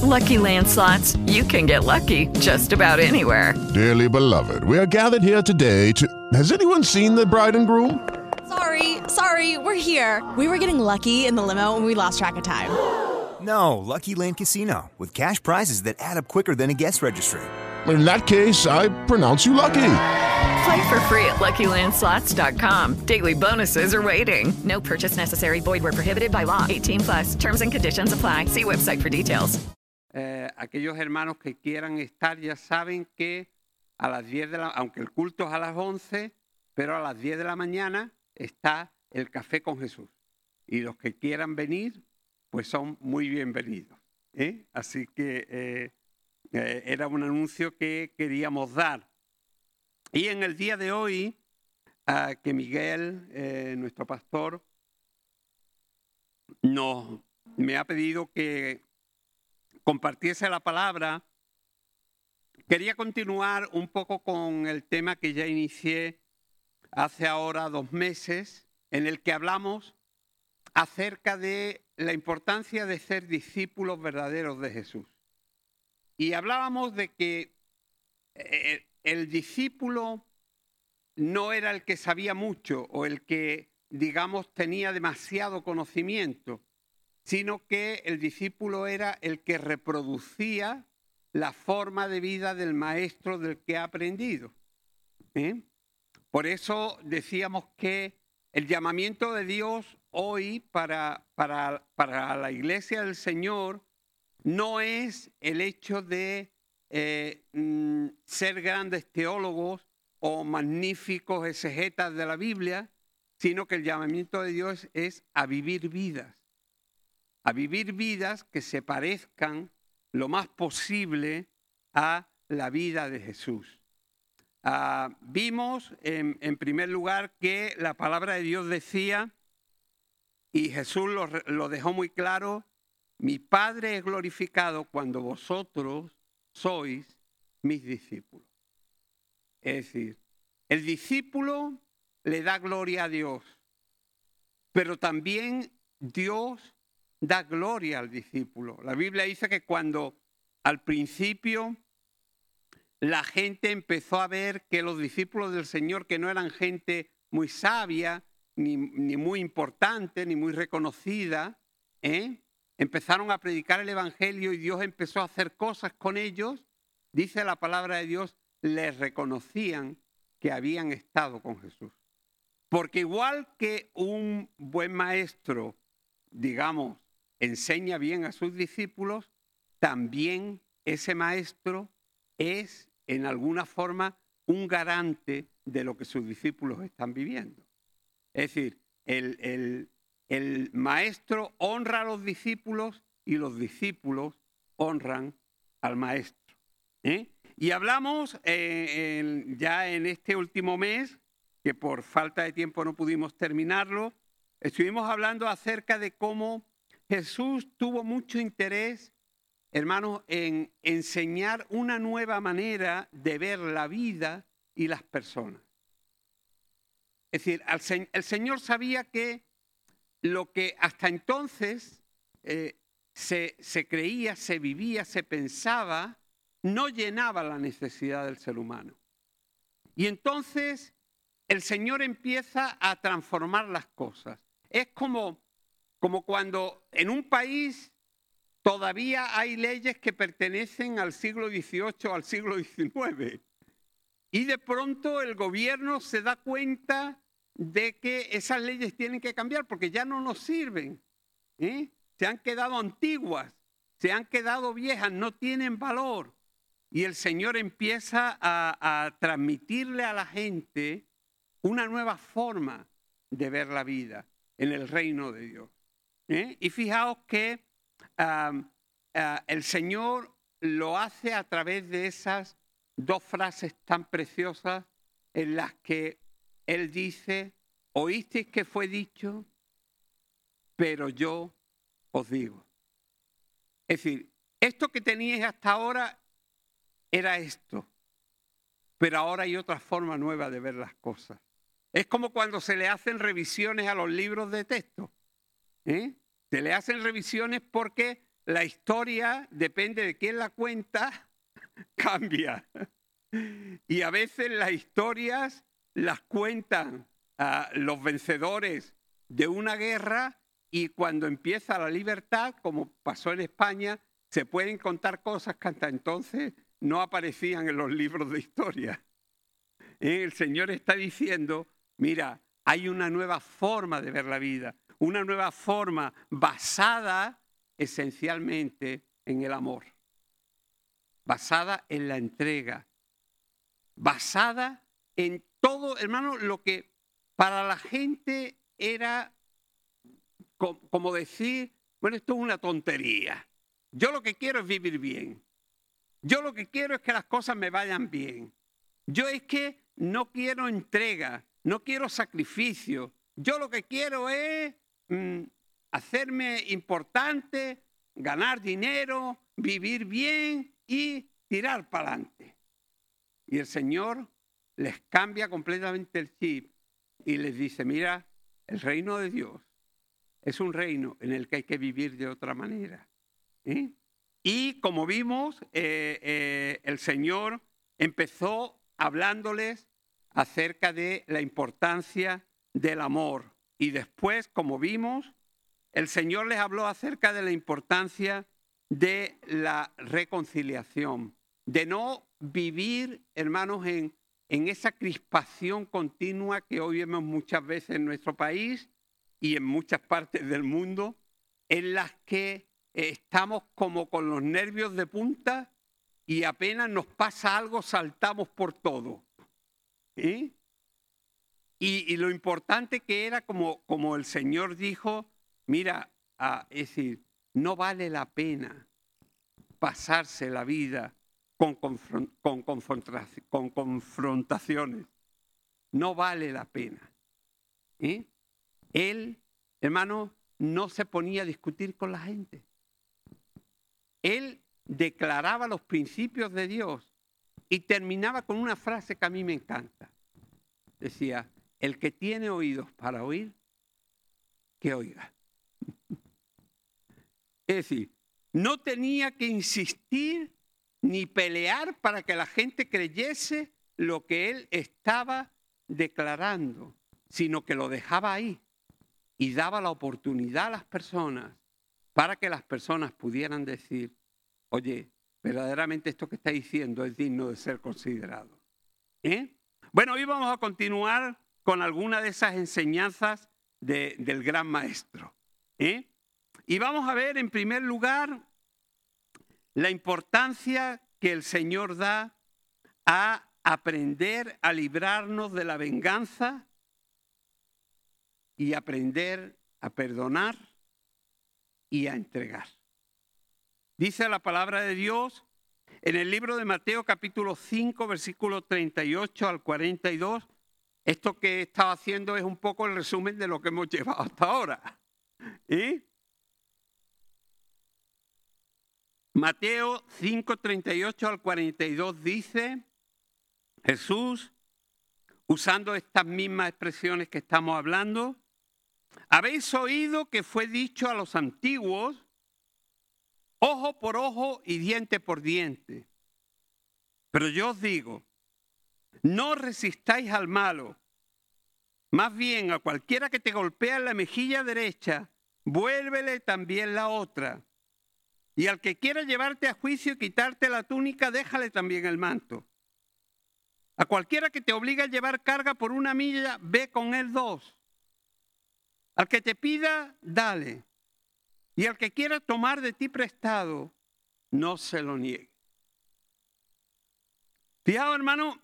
Lucky Land Slots, you can get lucky just about anywhere. Dearly beloved, we are gathered here today to... Has anyone seen the bride and groom? Sorry, we're here. We were getting lucky in the limo and we lost track of time. No, Lucky Land Casino, with cash prizes that add up quicker than a guest registry. In that case, I pronounce you lucky. Play for free at LuckyLandSlots.com. Daily bonuses are waiting. No purchase necessary. Void where prohibited by law. 18+. Terms and conditions apply. See website for details. Aquellos hermanos que quieran estar ya saben que a las 10 de la... Aunque el culto es a las 11, pero a las 10 de la mañana está el Café con Jesús. Y los que quieran venir, pues son muy bienvenidos. Así que era un anuncio que queríamos dar. Y en el día de hoy, que Miguel, nuestro pastor, me ha pedido que compartiese la palabra, quería continuar un poco con el tema que ya inicié hace ahora 2 meses, en el que hablamos acerca de la importancia de ser discípulos verdaderos de Jesús. Y hablábamos de que el discípulo no era el que sabía mucho o el que, digamos, tenía demasiado conocimiento, sino que el discípulo era el que reproducía la forma de vida del maestro del que ha aprendido. Por eso decíamos que el llamamiento de Dios hoy para la Iglesia del Señor no es el hecho de ser grandes teólogos o magníficos exegetas de la Biblia, sino que el llamamiento de Dios es a vivir vidas que se parezcan lo más posible a la vida de Jesús. Vimos en primer lugar que la palabra de Dios decía, y Jesús lo dejó muy claro: mi Padre es glorificado cuando vosotros sois mis discípulos. Es decir, el discípulo le da gloria a Dios, pero también Dios da gloria al discípulo. La Biblia dice que cuando al principio la gente empezó a ver que los discípulos del Señor, que no eran gente muy sabia, ni muy importante, ni muy reconocida, empezaron a predicar el Evangelio y Dios empezó a hacer cosas con ellos. Dice la palabra de Dios, les reconocían que habían estado con Jesús. Porque igual que un buen maestro, digamos, enseña bien a sus discípulos, también ese maestro es en alguna forma un garante de lo que sus discípulos están viviendo. Es decir, el maestro honra a los discípulos y los discípulos honran al maestro. Y hablamos ya en este último mes, que por falta de tiempo no pudimos terminarlo, estuvimos hablando acerca de cómo Jesús tuvo mucho interés, hermanos, en enseñar una nueva manera de ver la vida y las personas. Es decir, el Señor sabía que lo que hasta entonces se creía, se vivía, se pensaba, no llenaba la necesidad del ser humano. Y entonces el Señor empieza a transformar las cosas. Es como cuando en un país todavía hay leyes que pertenecen al siglo XVIII o al siglo XIX. Y de pronto el gobierno se da cuenta de que esas leyes tienen que cambiar porque ya no nos sirven. Se han quedado antiguas, se han quedado viejas, no tienen valor. Y el Señor empieza a transmitirle a la gente una nueva forma de ver la vida en el reino de Dios. Y fijaos que el Señor lo hace a través de esas 2 frases tan preciosas en las que Él dice: oísteis que fue dicho, pero yo os digo. Es decir, esto que teníais hasta ahora era esto, pero ahora hay otra forma nueva de ver las cosas. Es como cuando se le hacen revisiones a los libros de texto. Se le hacen revisiones porque la historia, depende de quién la cuenta, cambia. Y a veces las historias las cuentan los vencedores de una guerra, y cuando empieza la libertad, como pasó en España, se pueden contar cosas que hasta entonces no aparecían en los libros de historia. El Señor está diciendo, mira, hay una nueva forma de ver la vida, una nueva forma basada esencialmente en el amor, basada en la entrega, basada en todo, hermano, lo que para la gente era como decir, bueno, esto es una tontería. Yo lo que quiero es vivir bien. Yo lo que quiero es que las cosas me vayan bien. Yo es que no quiero entrega, no quiero sacrificio. Yo lo que quiero es hacerme importante, ganar dinero, vivir bien y tirar para adelante. Y el Señor les cambia completamente el chip y les dice, mira, el reino de Dios es un reino en el que hay que vivir de otra manera. Y como vimos, el Señor empezó hablándoles acerca de la importancia del amor. Y después, como vimos, el Señor les habló acerca de la importancia de la reconciliación, de no vivir, hermanos, en esa crispación continua que hoy vemos muchas veces en nuestro país y en muchas partes del mundo, en las que estamos como con los nervios de punta y apenas nos pasa algo saltamos por todo. Y lo importante que era, como el Señor dijo, mira, es decir, no vale la pena pasarse la vida con confrontaciones. No vale la pena. Él, hermano, no se ponía a discutir con la gente. Él declaraba los principios de Dios y terminaba con una frase que a mí me encanta. Decía, el que tiene oídos para oír, que oiga. Es decir, no tenía que insistir ni pelear para que la gente creyese lo que él estaba declarando, sino que lo dejaba ahí y daba la oportunidad a las personas para que las personas pudieran decir, oye, verdaderamente esto que está diciendo es digno de ser considerado. Bueno, hoy vamos a continuar con alguna de esas enseñanzas del gran maestro. Y vamos a ver, en primer lugar, la importancia que el Señor da a aprender a librarnos de la venganza y aprender a perdonar y a entregar. Dice la palabra de Dios en el libro de Mateo capítulo 5, versículo 38 al 42. Esto que he estado haciendo es un poco el resumen de lo que hemos llevado hasta ahora. Mateo 5, 38 al 42 dice, Jesús, usando estas mismas expresiones que estamos hablando, habéis oído que fue dicho a los antiguos, ojo por ojo y diente por diente. Pero yo os digo, no resistáis al malo. Más bien, a cualquiera que te golpea en la mejilla derecha, vuélvele también la otra. Y al que quiera llevarte a juicio y quitarte la túnica, déjale también el manto. A cualquiera que te obligue a llevar carga por 1 milla, ve con él 2. Al que te pida, dale. Y al que quiera tomar de ti prestado, no se lo niegue. Fijaos, hermano,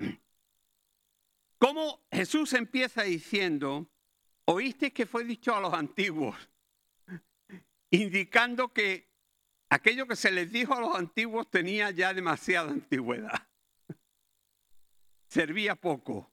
cómo Jesús empieza diciendo, oísteis que fue dicho a los antiguos, indicando que aquello que se les dijo a los antiguos tenía ya demasiada antigüedad. Servía poco.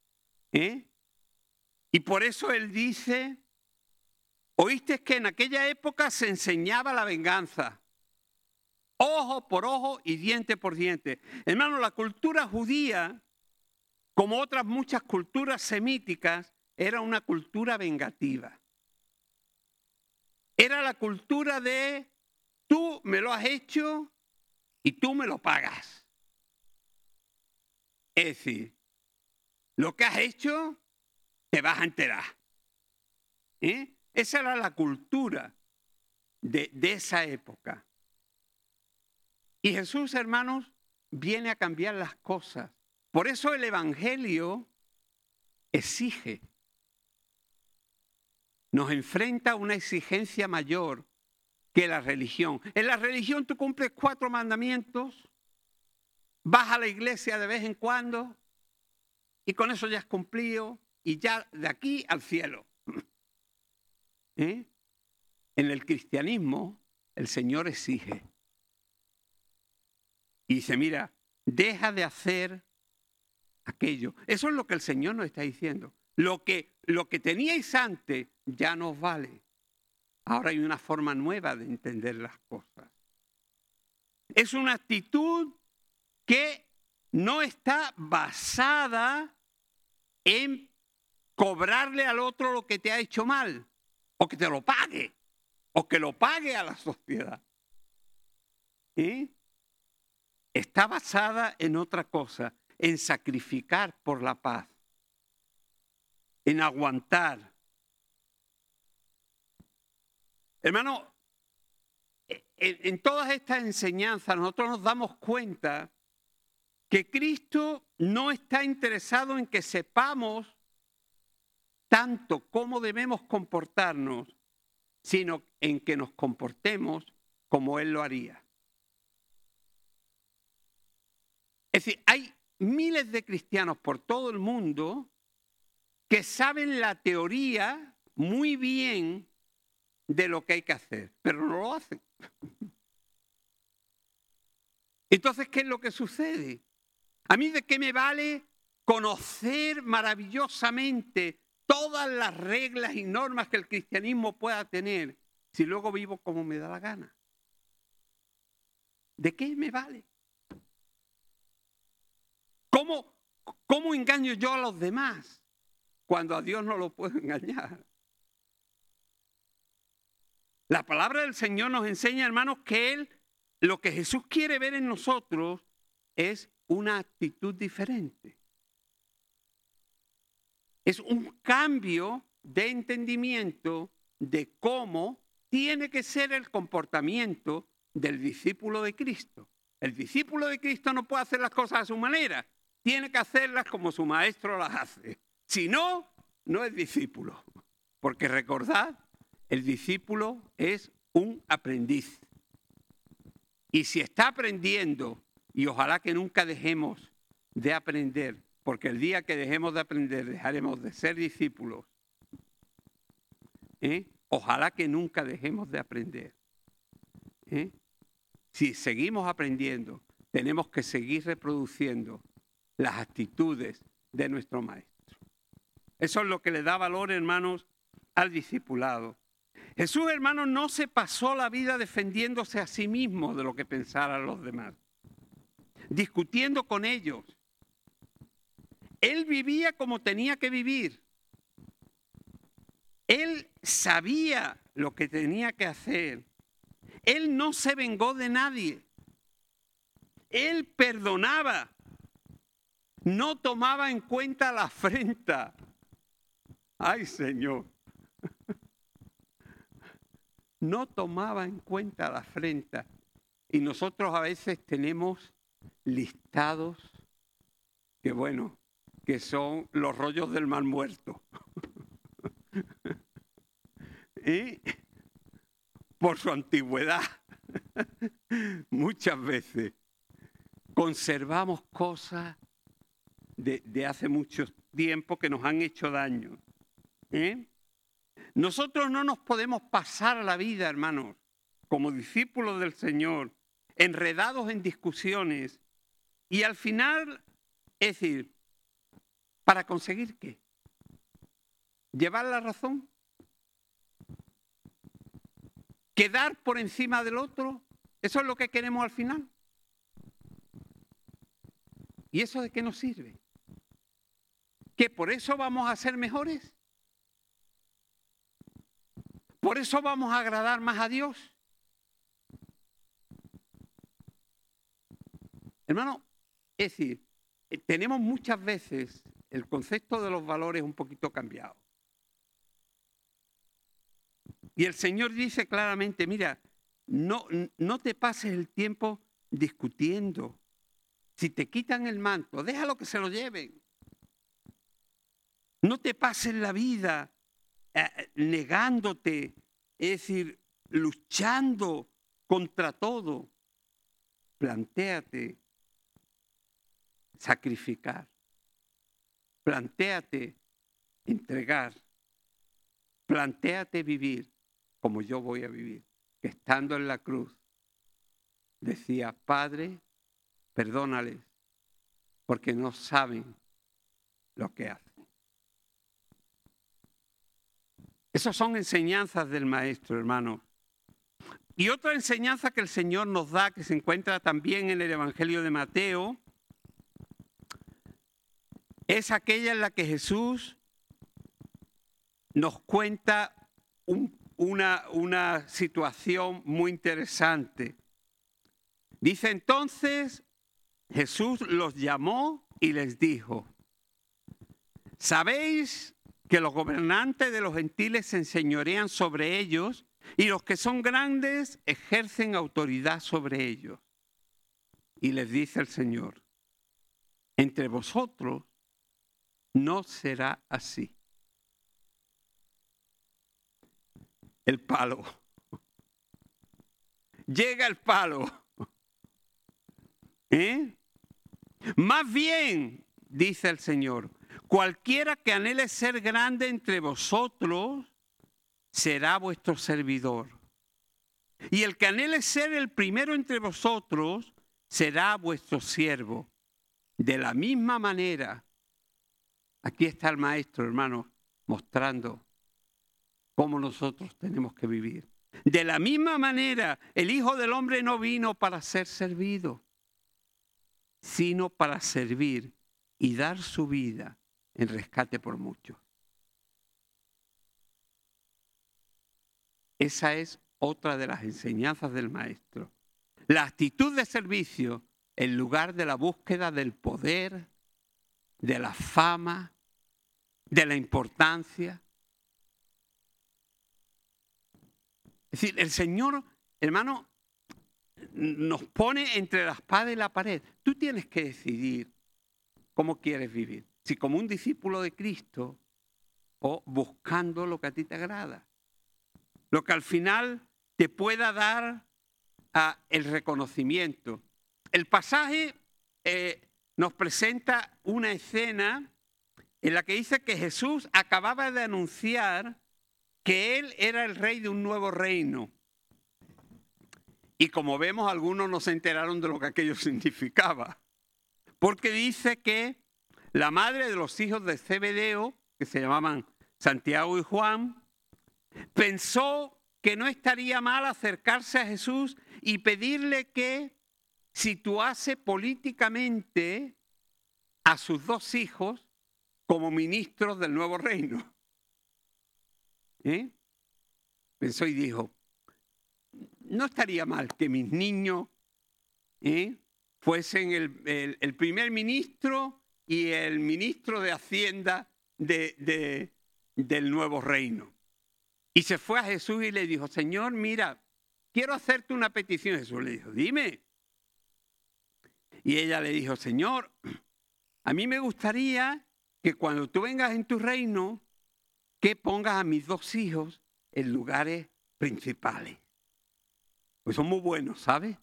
Y por eso él dice, oísteis que en aquella época se enseñaba la venganza. Ojo por ojo y diente por diente. Hermano, la cultura judía, como otras muchas culturas semíticas, era una cultura vengativa. Era la cultura de tú me lo has hecho y tú me lo pagas. Es decir, lo que has hecho te vas a enterar. Esa era la cultura de esa época. Y Jesús, hermanos, viene a cambiar las cosas. Por eso el Evangelio exige, nos enfrenta a una exigencia mayor que la religión. En la religión tú cumples 4 mandamientos, vas a la iglesia de vez en cuando y con eso ya has cumplido y ya de aquí al cielo. En el cristianismo el Señor exige y dice, mira, deja de hacer aquello. Eso es lo que el Señor nos está diciendo. Lo que teníais antes ya no os vale. Ahora hay una forma nueva de entender las cosas. Es una actitud que no está basada en cobrarle al otro lo que te ha hecho mal, o que te lo pague, o que lo pague a la sociedad. Está basada en otra cosa, en sacrificar por la paz, en aguantar. Hermano, en todas estas enseñanzas nosotros nos damos cuenta que Cristo no está interesado en que sepamos tanto cómo debemos comportarnos, sino en que nos comportemos como Él lo haría. Es decir, hay miles de cristianos por todo el mundo que saben la teoría muy bien de lo que hay que hacer, pero no lo hacen. Entonces, ¿qué es lo que sucede? ¿A mí de qué me vale conocer maravillosamente todas las reglas y normas que el cristianismo pueda tener si luego vivo como me da la gana? ¿De qué me vale? ¿Cómo engaño yo a los demás cuando a Dios no lo puedo engañar? La palabra del Señor nos enseña, hermanos, que lo que Jesús quiere ver en nosotros es una actitud diferente. Es un cambio de entendimiento de cómo tiene que ser el comportamiento del discípulo de Cristo. El discípulo de Cristo no puede hacer las cosas a su manera, tiene que hacerlas como su maestro las hace. Si no, no es discípulo. Porque recordad, el discípulo es un aprendiz. Y si está aprendiendo, y ojalá que nunca dejemos de aprender, porque el día que dejemos de aprender dejaremos de ser discípulos. Ojalá que nunca dejemos de aprender. Si seguimos aprendiendo, tenemos que seguir reproduciendo las actitudes de nuestro maestro. Eso es lo que le da valor, hermanos, al discipulado. Jesús, hermanos, no se pasó la vida defendiéndose a sí mismo de lo que pensaran los demás, discutiendo con ellos. Él vivía como tenía que vivir. Él sabía lo que tenía que hacer. Él no se vengó de nadie. Él perdonaba. No tomaba en cuenta la afrenta. Ay, Señor. No tomaba en cuenta la afrenta. Y nosotros a veces tenemos listados que, bueno, que son los rollos del mal muerto. Por su antigüedad, muchas veces conservamos cosas de hace mucho tiempo que nos han hecho daño. Nosotros no nos podemos pasar la vida, hermanos, como discípulos del Señor, enredados en discusiones y al final, es decir, ¿para conseguir qué? ¿Llevar la razón? ¿Quedar por encima del otro? ¿Eso es lo que queremos al final? ¿Y eso de qué nos sirve? ¿Que por eso vamos a ser mejores? ¿Por eso vamos a agradar más a Dios? Hermano, es decir, tenemos muchas veces el concepto de los valores un poquito cambiado. Y el Señor dice claramente, mira, no te pases el tiempo discutiendo. Si te quitan el manto, déjalo que se lo lleven. No te pases la vida negándote, es decir, luchando contra todo. Plantéate sacrificar. Plantéate entregar. Plantéate vivir como yo voy a vivir. Que estando en la cruz decía, Padre, perdónales, porque no saben lo que hacen. Esas son enseñanzas del Maestro, hermano. Y otra enseñanza que el Señor nos da, que se encuentra también en el Evangelio de Mateo, es aquella en la que Jesús nos cuenta una situación muy interesante. Dice entonces, Jesús los llamó y les dijo, ¿sabéis que los gobernantes de los gentiles se enseñorean sobre ellos y los que son grandes ejercen autoridad sobre ellos? Y les dice el Señor, entre vosotros no será así. El palo. Llega el palo. Más bien, dice el Señor, cualquiera que anhele ser grande entre vosotros será vuestro servidor. Y el que anhele ser el primero entre vosotros será vuestro siervo. De la misma manera, aquí está el Maestro, hermano, mostrando cómo nosotros tenemos que vivir. De la misma manera, el Hijo del Hombre no vino para ser servido, sino para servir y dar su vida en rescate por muchos. Esa es otra de las enseñanzas del Maestro. La actitud de servicio en lugar de la búsqueda del poder, de la fama, de la importancia. Es decir, el Señor, hermano, nos pone entre la espada y la pared. Tú tienes que decidir cómo quieres vivir. Si como un discípulo de Cristo o buscando lo que a ti te agrada. Lo que al final te pueda dar el reconocimiento. El pasaje nos presenta una escena en la que dice que Jesús acababa de anunciar que Él era el rey de un nuevo reino. Y como vemos, algunos no se enteraron de lo que aquello significaba. Porque dice que la madre de los hijos de Zebedeo, que se llamaban Santiago y Juan, pensó que no estaría mal acercarse a Jesús y pedirle que situase políticamente a sus dos hijos como ministros del nuevo reino. Pensó y dijo, no estaría mal que mis niños fuesen el primer ministro y el ministro de Hacienda del nuevo reino. Y se fue a Jesús y le dijo, Señor, mira, quiero hacerte una petición. Jesús le dijo, dime. Y ella le dijo, Señor, a mí me gustaría que cuando tú vengas en tu reino, que pongas a mis dos hijos en lugares principales. Pues son muy buenos, ¿sabes?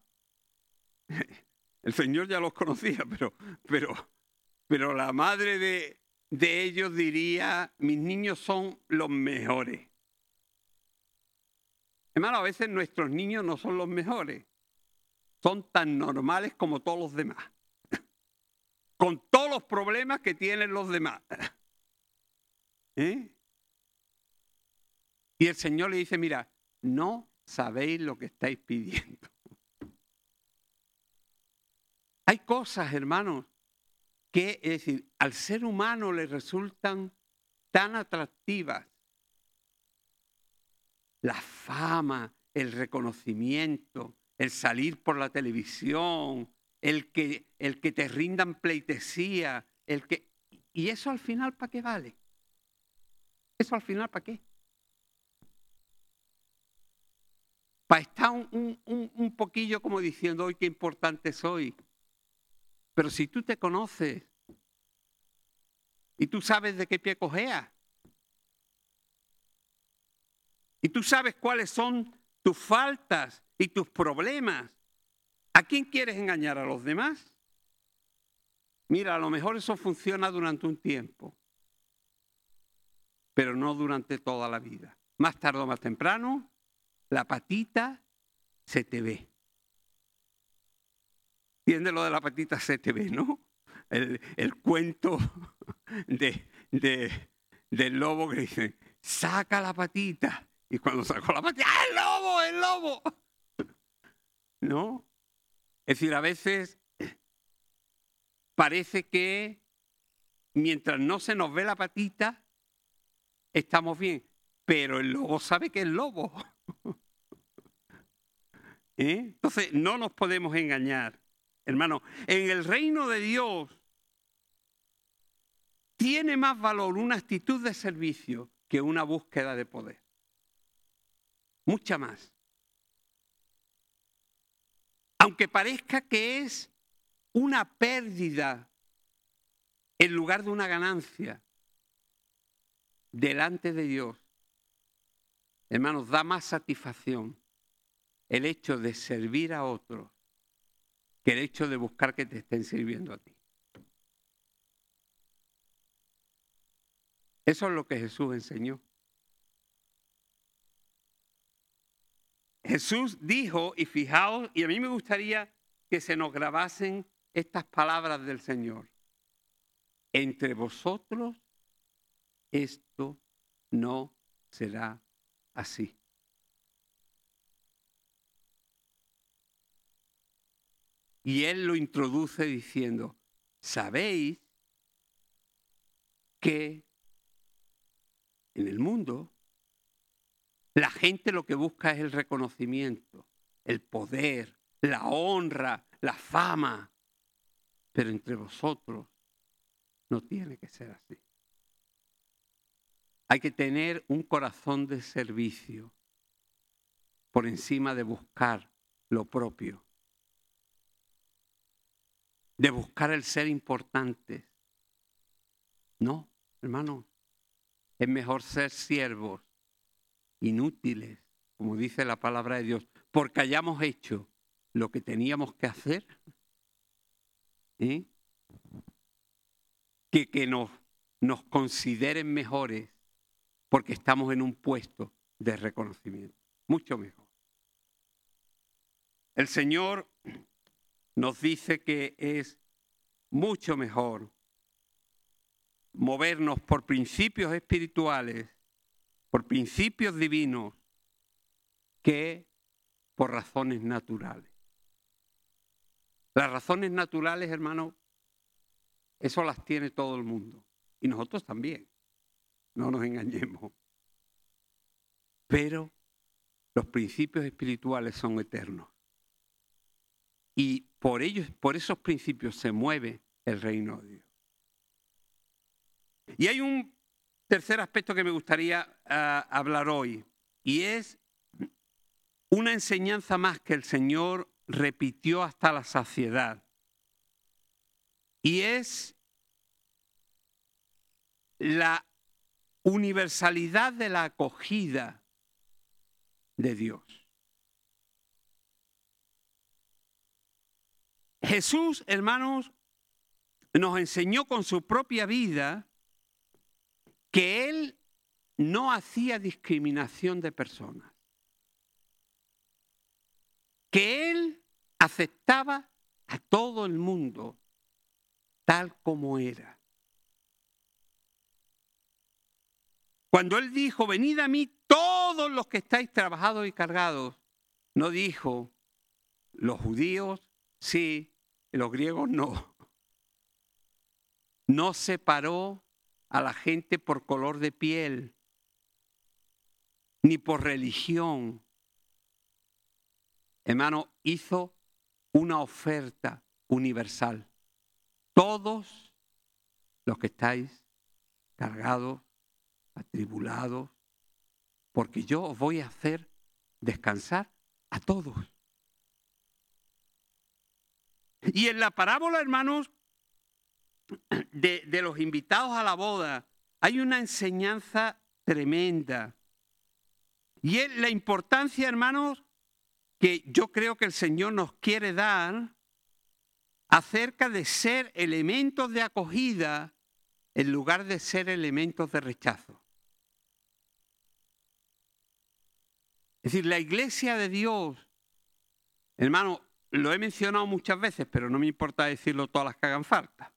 El Señor ya los conocía, pero la madre de ellos diría, mis niños son los mejores. Hermano, a veces nuestros niños no son los mejores. Son tan normales como todos los demás. Con todos los problemas que tienen los demás. Y el Señor le dice, mira, no sabéis lo que estáis pidiendo. Hay cosas, hermanos, que, es decir, al ser humano le resultan tan atractivas. La fama, el reconocimiento, el salir por la televisión, el que te rindan pleitesía, ¿y eso al final para qué vale? ¿Eso al final para qué? Para estar un poquillo como diciendo, hoy qué importante soy. Pero si tú te conoces y tú sabes de qué pie cojeas y tú sabes cuáles son tus faltas y tus problemas, ¿a quién quieres engañar? ¿A los demás? Mira, a lo mejor eso funciona durante un tiempo, pero no durante toda la vida. Más tarde o más temprano, la patita se te ve. ¿Entiendes lo de la patita se te ve, no? El cuento del lobo que dice, saca la patita. Y cuando sacó la patita, ¡ah, el lobo, el lobo! ¿No? Es decir, a veces parece que mientras no se nos ve la patita, estamos bien. Pero el lobo sabe que es lobo. Entonces, no nos podemos engañar. Hermano, en el reino de Dios tiene más valor una actitud de servicio que una búsqueda de poder. Mucha más. Aunque parezca que es una pérdida en lugar de una ganancia, delante de Dios, hermanos, da más satisfacción el hecho de servir a otros que el hecho de buscar que te estén sirviendo a ti. Eso es lo que Jesús enseñó. Jesús dijo, y fijaos, y a mí me gustaría que se nos grabasen estas palabras del Señor. Entre vosotros esto no será así. Y Él lo introduce diciendo, ¿sabéis que en el mundo la gente lo que busca es el reconocimiento, el poder, la honra, la fama? Pero entre vosotros no tiene que ser así. Hay que tener un corazón de servicio por encima de buscar lo propio, de buscar el ser importante. No, hermano, es mejor ser siervos inútiles, como dice la palabra de Dios, porque hayamos hecho lo que teníamos que hacer, que nos consideren mejores porque estamos en un puesto de reconocimiento. Mucho mejor. El Señor nos dice que es mucho mejor movernos por principios espirituales, por principios divinos, que por razones naturales. Las razones naturales, hermano, eso las tiene todo el mundo. Y nosotros también. No nos engañemos. Pero los principios espirituales son eternos. Y por ellos, por esos principios se mueve el reino de Dios. Y hay un tercer aspecto que me gustaría hablar hoy, y es una enseñanza más que el Señor repitió hasta la saciedad. Y es la universalidad de la acogida de Dios. Jesús, hermanos, nos enseñó con su propia vida que Él no hacía discriminación de personas, que Él aceptaba a todo el mundo tal como era. Cuando Él dijo, venid a mí todos los que estáis trabajados y cargados, no dijo, los judíos sí, los griegos no. No separó a la gente por color de piel, ni por religión. Hermano, hizo una oferta universal. Todos los que estáis cargados, atribulados, porque yo os voy a hacer descansar a todos. Y en la parábola, hermanos, de los invitados a la boda, hay una enseñanza tremenda. Y es la importancia, hermanos, que yo creo que el Señor nos quiere dar acerca de ser elementos de acogida en lugar de ser elementos de rechazo. Es decir, la iglesia de Dios, hermano, lo he mencionado muchas veces, pero no me importa decirlo todas las que hagan falta.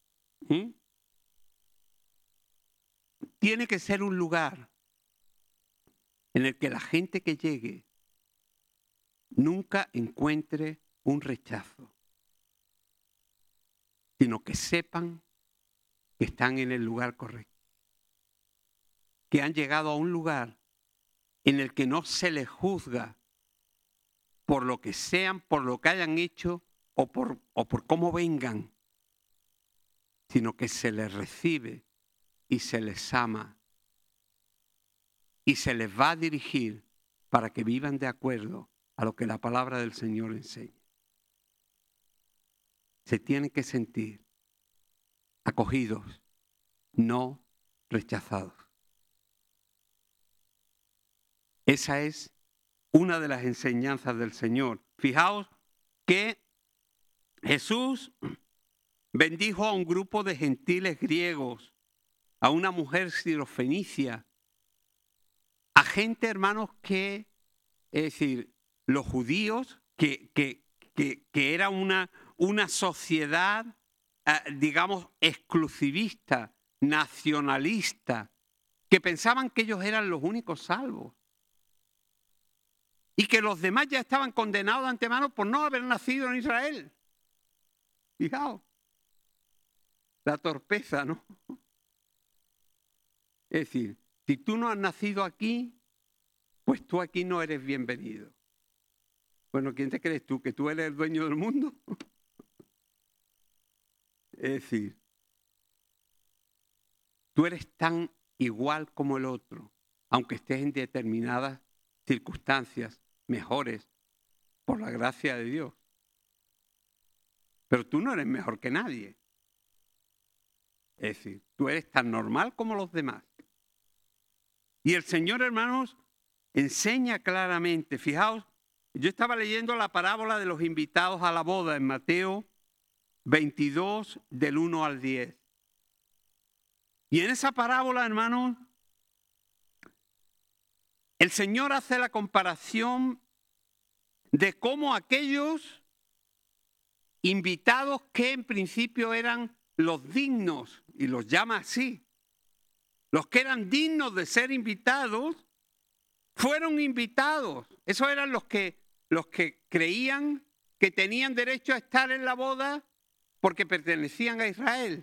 Tiene que ser un lugar en el que la gente que llegue nunca encuentre un rechazo, sino que sepan que están en el lugar correcto, que han llegado a un lugar en el que no se les juzga por lo que sean, por lo que hayan hecho o por cómo vengan, sino que se les recibe y se les ama y se les va a dirigir para que vivan de acuerdo a lo que la palabra del Señor enseña. Se tienen que sentir acogidos, no rechazados. Esa es una de las enseñanzas del Señor. Fijaos que Jesús bendijo a un grupo de gentiles griegos, a una mujer sirofenicia, a gente, hermanos, que, es decir, los judíos, que era una sociedad, digamos, exclusivista, nacionalista, que pensaban que ellos eran los únicos salvos y que los demás ya estaban condenados de antemano por no haber nacido en Israel. Fijaos, la torpeza, ¿no? Es decir, si tú no has nacido aquí, pues tú aquí no eres bienvenido. Bueno, ¿quién te crees tú? ¿Que tú eres el dueño del mundo? Es decir, tú eres tan igual como el otro, aunque estés en determinadas circunstancias mejores por la gracia de Dios. Pero tú no eres mejor que nadie. Es decir, tú eres tan normal como los demás. Y el Señor, hermanos, enseña claramente. Fijaos, yo estaba leyendo la parábola de los invitados a la boda en Mateo 22, del 1 al 10. Y en esa parábola, hermanos, el Señor hace la comparación de cómo aquellos invitados que en principio eran los dignos, y los llama así, los que eran dignos de ser invitados, fueron invitados. Esos eran los que creían que tenían derecho a estar en la boda porque pertenecían a Israel.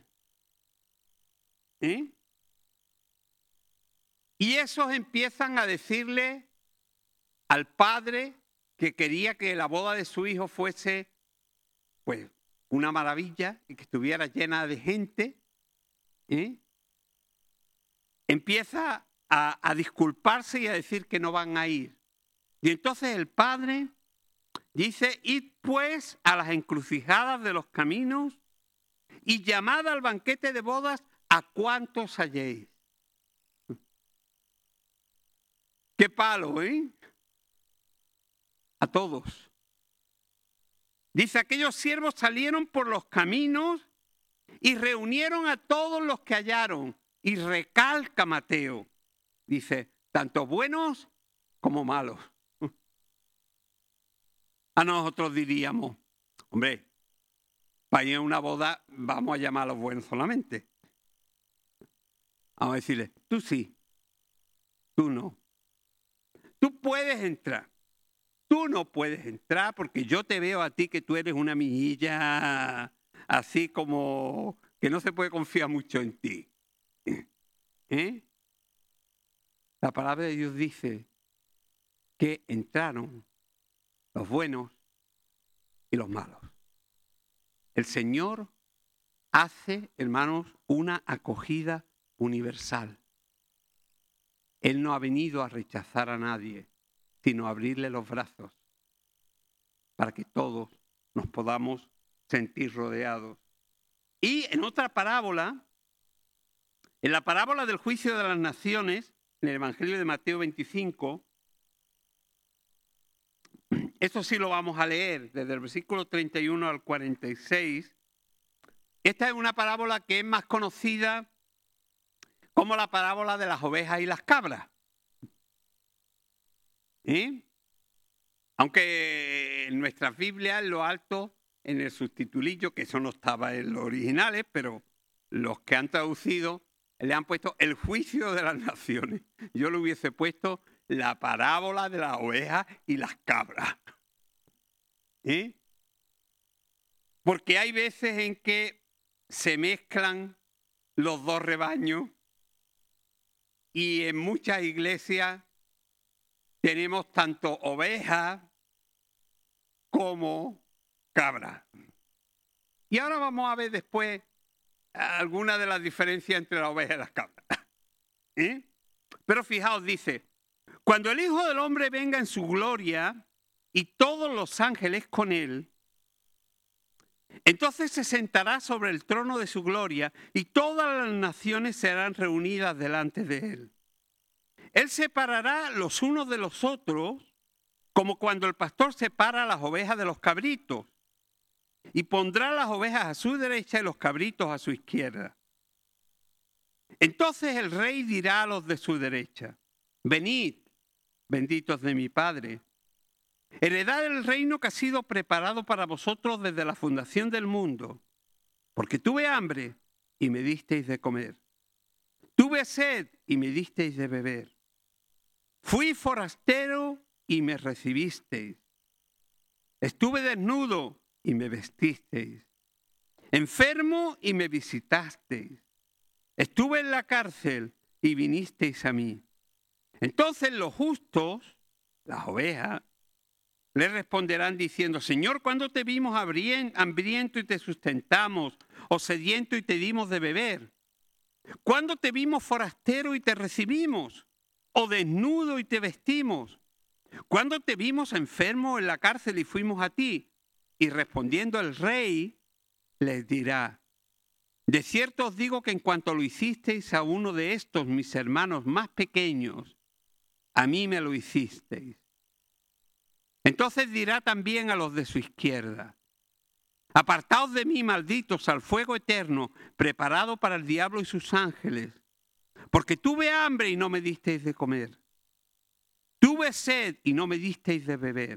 Y esos empiezan a decirle al padre que quería que la boda de su hijo fuese, pues, una maravilla y que estuviera llena de gente. Empieza a disculparse y a decir que no van a ir. Y entonces el padre dice: id pues a las encrucijadas de los caminos y llamad al banquete de bodas a cuantos halléis. Qué palo, ¿eh? A todos. Dice: aquellos siervos salieron por los caminos y reunieron a todos los que hallaron. Y recalca Mateo, dice, tanto buenos como malos. A nosotros diríamos, hombre, para ir a una boda vamos a llamar a los buenos solamente. Vamos a decirle, tú sí, tú no. Tú puedes entrar. Tú no puedes entrar porque yo te veo a ti que tú eres una mijilla así como que no se puede confiar mucho en ti. La palabra de Dios dice que entraron los buenos y los malos. El Señor hace, hermanos, una acogida universal. Él no ha venido a rechazar a nadie, sino a abrirle los brazos para que todos nos podamos sentir rodeados. Y en otra parábola, en la parábola del juicio de las naciones, en el Evangelio de Mateo 25, esto sí lo vamos a leer desde el versículo 31 al 46. Esta es una parábola que es más conocida como la parábola de las ovejas y las cabras. Aunque en nuestras Biblias, en lo alto, en el subtitulillo, que eso no estaba en los originales, pero los que han traducido le han puesto el juicio de las naciones. Yo le hubiese puesto la parábola de las ovejas y las cabras. Porque hay veces en que se mezclan los dos rebaños y en muchas iglesias tenemos tanto ovejas como cabras. Y ahora vamos a ver después algunas de las diferencias entre la oveja y las cabras. Pero fijaos, dice, cuando el Hijo del Hombre venga en su gloria y todos los ángeles con él, entonces se sentará sobre el trono de su gloria y todas las naciones serán reunidas delante de él. Él separará los unos de los otros, como cuando el pastor separa las ovejas de los cabritos, y pondrá las ovejas a su derecha y los cabritos a su izquierda. Entonces el rey dirá a los de su derecha, venid, benditos de mi Padre, heredad el reino que ha sido preparado para vosotros desde la fundación del mundo, porque tuve hambre y me disteis de comer, tuve sed y me disteis de beber, fui forastero y me recibisteis, estuve desnudo y me vestisteis, enfermo y me visitasteis, estuve en la cárcel y vinisteis a mí. Entonces los justos, las ovejas, le responderán diciendo, Señor, ¿cuándo te vimos hambriento y te sustentamos, o sediento y te dimos de beber? ¿Cuándo te vimos forastero y te recibimos, o desnudo y te vestimos? ¿Cuándo te vimos enfermo en la cárcel y fuimos a ti? Y respondiendo el rey, les dirá, de cierto os digo que en cuanto lo hicisteis a uno de estos mis hermanos más pequeños, a mí me lo hicisteis. Entonces dirá también a los de su izquierda, apartaos de mí, malditos, al fuego eterno, preparado para el diablo y sus ángeles, porque tuve hambre y no me disteis de comer, tuve sed y no me disteis de beber,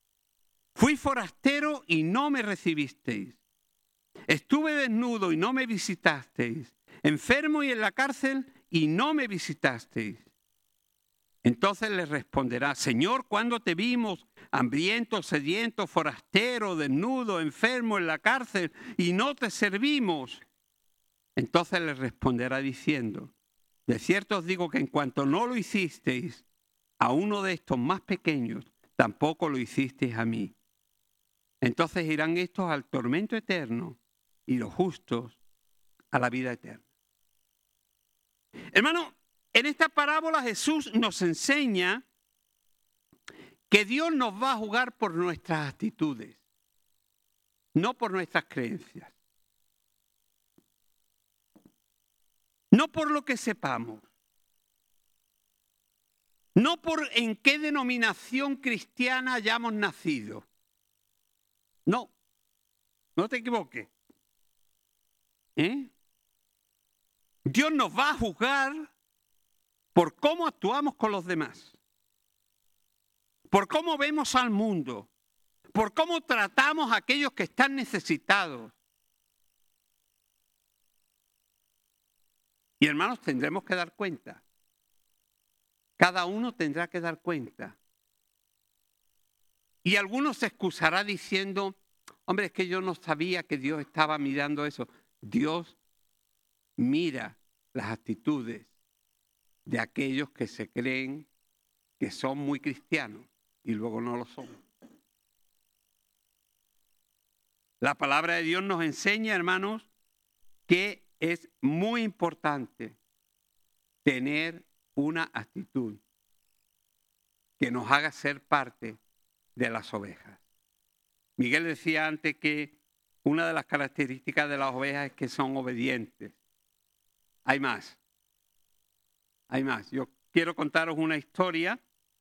fui forastero y no me recibisteis, estuve desnudo y no me visitasteis, enfermo y en la cárcel y no me visitasteis. Entonces les responderá, Señor, ¿cuándo te vimos hambriento, sediento, forastero, desnudo, enfermo en la cárcel y no te servimos? Entonces les responderá diciendo, de cierto os digo que en cuanto no lo hicisteis a uno de estos más pequeños, tampoco lo hicisteis a mí. Entonces irán estos al tormento eterno y los justos a la vida eterna. Hermano, en esta parábola Jesús nos enseña que Dios nos va a juzgar por nuestras actitudes, no por nuestras creencias, no por lo que sepamos, no por en qué denominación cristiana hayamos nacido. No, no te equivoques. Dios nos va a juzgar por cómo actuamos con los demás, por cómo vemos al mundo, por cómo tratamos a aquellos que están necesitados. Y hermanos, tendremos que dar cuenta. Cada uno tendrá que dar cuenta. Y algunos se excusará diciendo, hombre, es que yo no sabía que Dios estaba mirando eso. Dios mira las actitudes de aquellos que se creen que son muy cristianos y luego no lo son. La palabra de Dios nos enseña, hermanos, que es muy importante tener una actitud que nos haga ser parte de las ovejas. Miguel decía antes que una de las características de las ovejas es que son obedientes. Hay más. Hay más. Yo quiero contaros una historia.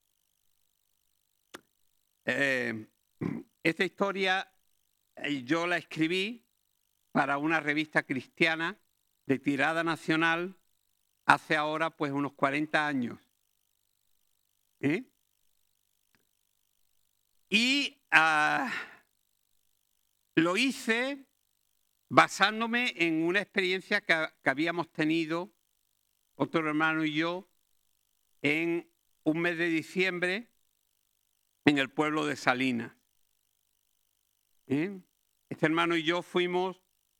Esta historia yo la escribí para una revista cristiana de tirada nacional hace ahora pues unos 40 años. Y lo hice basándome en una experiencia que habíamos tenido otro hermano y yo en un mes de diciembre en el pueblo de Salinas. Este hermano y yo fuimos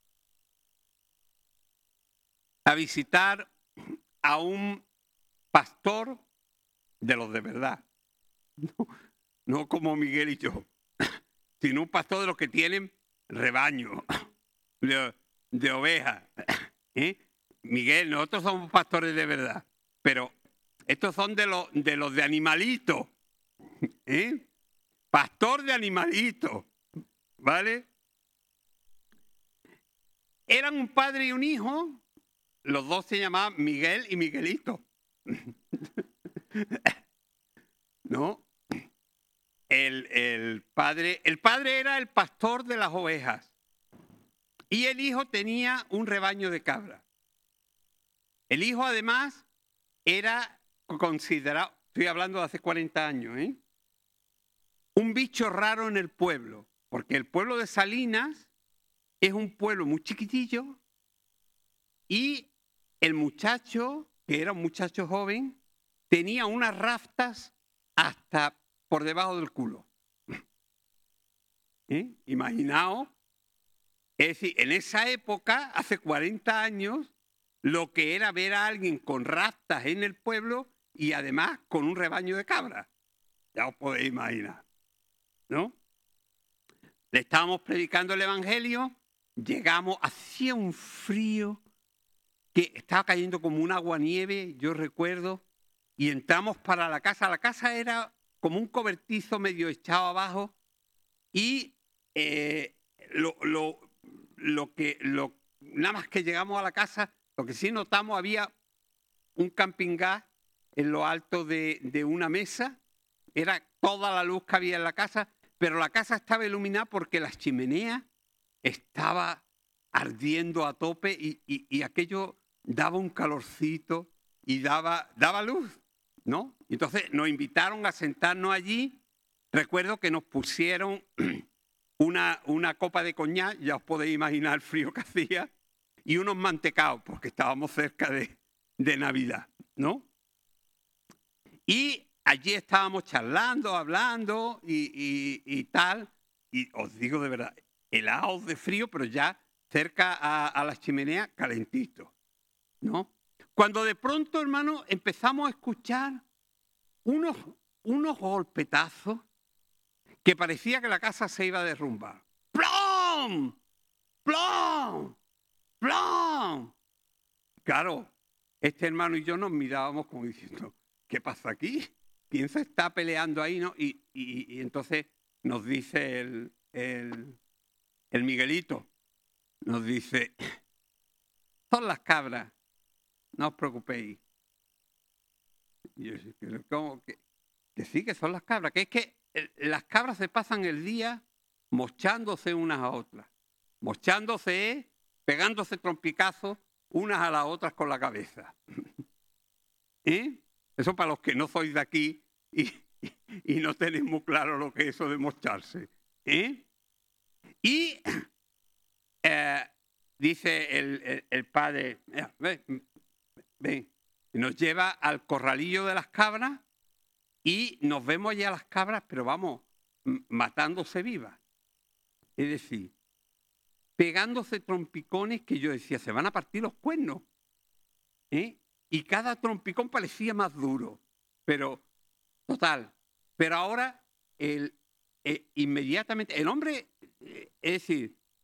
a visitar a un pastor de los de verdad. No como Miguel y yo, sino un pastor de los que tienen rebaño de ovejas. Miguel, nosotros somos pastores de verdad, pero estos son de los de animalitos. Pastor de animalitos, ¿vale? Eran un padre y un hijo, los dos se llamaban Miguel y Miguelito. ¿No? El padre era el pastor de las ovejas y el hijo tenía un rebaño de cabras. El hijo además era considerado, estoy hablando de hace 40 años, un bicho raro en el pueblo, porque el pueblo de Salinas es un pueblo muy chiquitillo y el muchacho, que era un muchacho joven, tenía unas raftas hasta por debajo del culo. Imaginaos, es decir, en esa época, hace 40 años, lo que era ver a alguien con raftas en el pueblo y además con un rebaño de cabras. Ya os podéis imaginar, ¿no? Le estábamos predicando el Evangelio, llegamos, hacía un frío que estaba cayendo como un aguanieve, yo recuerdo, y entramos para la casa. La casa era como un cobertizo medio echado abajo y nada más que llegamos a la casa, lo que sí notamos, había un camping gas en lo alto de una mesa, era toda la luz que había en la casa, pero la casa estaba iluminada porque la chimenea estaba ardiendo a tope y aquello daba un calorcito y daba luz, ¿no? Entonces nos invitaron a sentarnos allí. Recuerdo que nos pusieron una copa de coñac, ya os podéis imaginar el frío que hacía, y unos mantecaos, porque estábamos cerca de Navidad, ¿no? Y allí estábamos charlando, hablando y tal, y os digo de verdad, helados de frío, pero ya cerca a la chimenea, calentito, ¿no? Cuando de pronto, hermano, empezamos a escuchar unos golpetazos que parecía que la casa se iba a derrumbar. ¡Plom! ¡Plom! ¡Plom! Claro, este hermano y yo nos mirábamos como diciendo, ¿qué pasa aquí? ¿Quién se está peleando ahí, no? Y entonces nos dice el Miguelito, nos dice, son las cabras, no os preocupéis. Y yo decía, ¿cómo? Que sí, que son las cabras, que es que las cabras se pasan el día mochándose unas a otras. Mochándose, pegándose trompicazos unas a las otras con la cabeza. Eso para los que no sois de aquí y no tenéis muy claro lo que es eso de mocharse. Y dice el padre, ven, nos lleva al corralillo de las cabras y nos vemos ya las cabras, pero vamos, matándose vivas. Es decir, pegándose trompicones que yo decía, se van a partir los cuernos. Y cada trompicón parecía más duro. Pero, total. Pero ahora, inmediatamente, el hombre, es decir,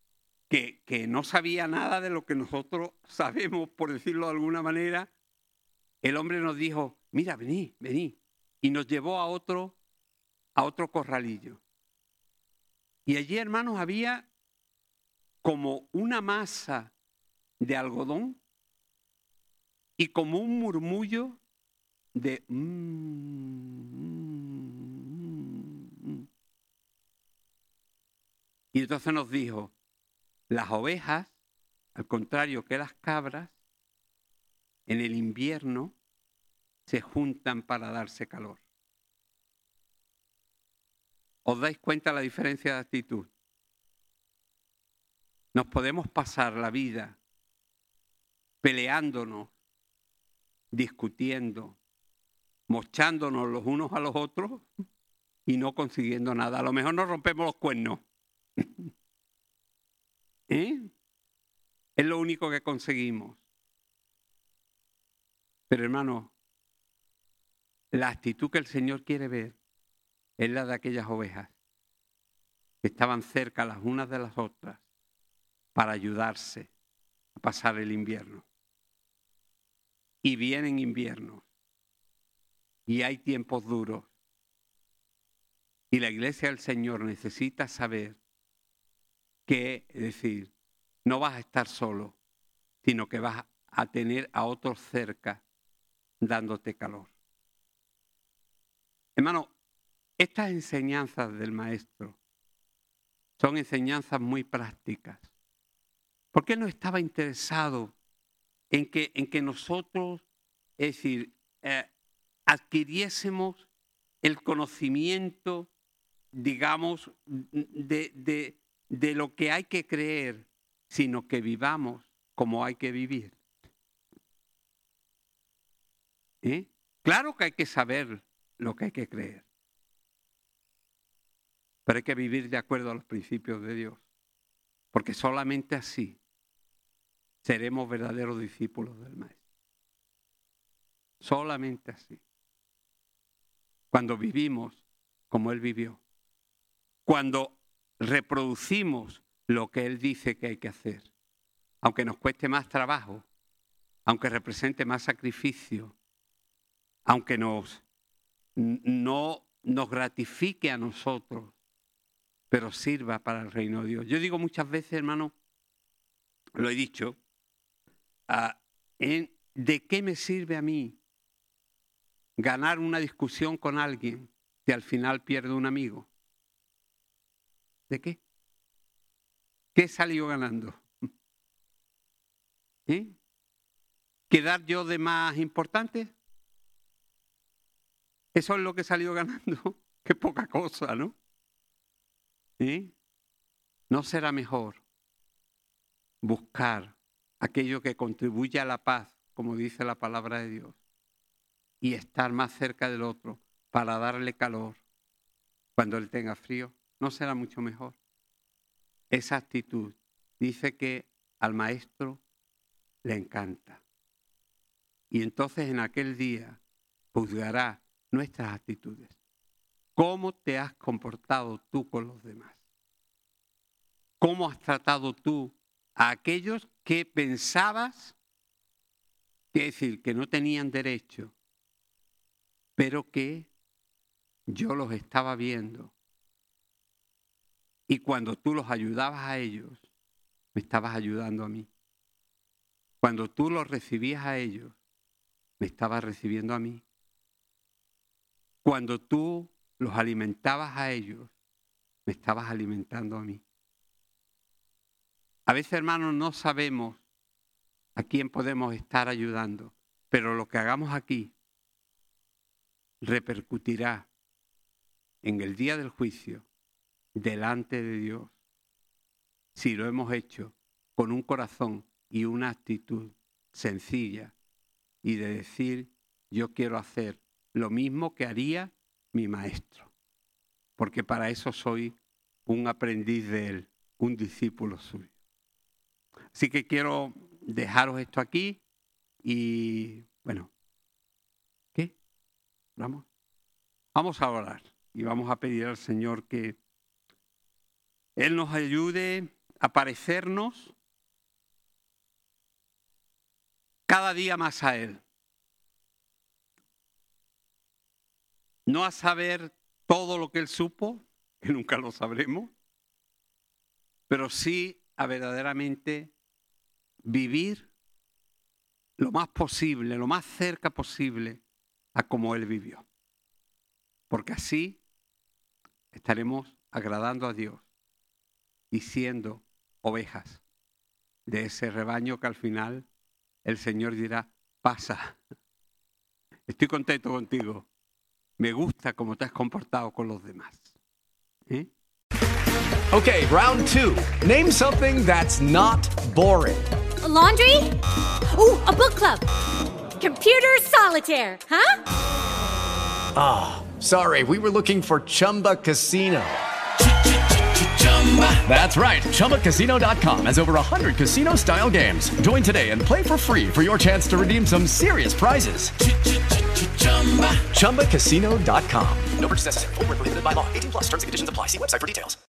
que no sabía nada de lo que nosotros sabemos, por decirlo de alguna manera, el hombre nos dijo, mira, vení, y nos llevó a otro corralillo. Y allí, hermanos, había como una masa de algodón y como un murmullo de Y entonces nos dijo, las ovejas, al contrario que las cabras, en el invierno se juntan para darse calor. ¿Os dais cuenta la diferencia de actitud? Nos podemos pasar la vida peleándonos, discutiendo, mochándonos los unos a los otros y no consiguiendo nada. A lo mejor nos rompemos los cuernos. Es lo único que conseguimos. Pero hermano, la actitud que el Señor quiere ver es la de aquellas ovejas que estaban cerca las unas de las otras para ayudarse a pasar el invierno. Y vienen inviernos y hay tiempos duros. Y la iglesia del Señor necesita saber que, es decir, no vas a estar solo, sino que vas a tener a otros cerca dándote calor. Hermano, estas enseñanzas del Maestro son enseñanzas muy prácticas. ¿Por qué no estaba interesado en que nosotros, es decir, adquiriésemos el conocimiento, digamos, de lo que hay que creer, sino que vivamos como hay que vivir? Claro que hay que saber lo que hay que creer, pero hay que vivir de acuerdo a los principios de Dios, porque solamente así seremos verdaderos discípulos del Maestro. Solamente así. Cuando vivimos como Él vivió, cuando reproducimos lo que Él dice que hay que hacer, aunque nos cueste más trabajo, aunque represente más sacrificio, aunque no nos gratifique a nosotros, pero sirva para el reino de Dios. Yo digo muchas veces, hermano, lo he dicho, ¿de qué me sirve a mí ganar una discusión con alguien si al final pierdo un amigo? ¿De qué? ¿Qué he salido ganando? ¿Quedar yo de más importante? Eso es lo que he salido ganando. Qué poca cosa, ¿no? ¿No será mejor buscar aquello que contribuye a la paz, como dice la palabra de Dios, y estar más cerca del otro para darle calor cuando él tenga frío? ¿No será mucho mejor? Esa actitud dice que al Maestro le encanta. Y entonces en aquel día juzgará nuestras actitudes. ¿Cómo te has comportado tú con los demás? ¿Cómo has tratado tú a aquellos que pensabas, es decir, que no tenían derecho, pero que yo los estaba viendo? Y cuando tú los ayudabas a ellos, me estabas ayudando a mí. Cuando tú los recibías a ellos, me estabas recibiendo a mí. Cuando tú los alimentabas a ellos, me estabas alimentando a mí. A veces, hermanos, no sabemos a quién podemos estar ayudando, pero lo que hagamos aquí repercutirá en el día del juicio delante de Dios, si lo hemos hecho con un corazón y una actitud sencilla y de decir, yo quiero hacer lo mismo que haría mi Maestro, porque para eso soy un aprendiz de Él, un discípulo suyo. Así que quiero dejaros esto aquí y, bueno, ¿qué? Vamos a orar y vamos a pedir al Señor que Él nos ayude a parecernos cada día más a Él. No a saber todo lo que Él supo, que nunca lo sabremos, pero sí a verdaderamente vivir lo más posible, lo más cerca posible a como Él vivió. Porque así estaremos agradando a Dios y siendo ovejas de ese rebaño que al final el Señor dirá, pasa, estoy contento contigo, me gusta cómo te has comportado con los demás. ¿Eh? Okay, round 2. Name something that's not boring. A laundry? Ooh, a book club. Computer solitaire, huh? Ah, sorry, we were looking for Chumba Casino. That's right, ChumbaCasino.com has over 100 casino-style games. Join today and play for free for your chance to redeem some serious prizes. ChumbaCasino.com. No purchase necessary. Void where prohibited by law. 18+ terms and conditions apply. See website for details.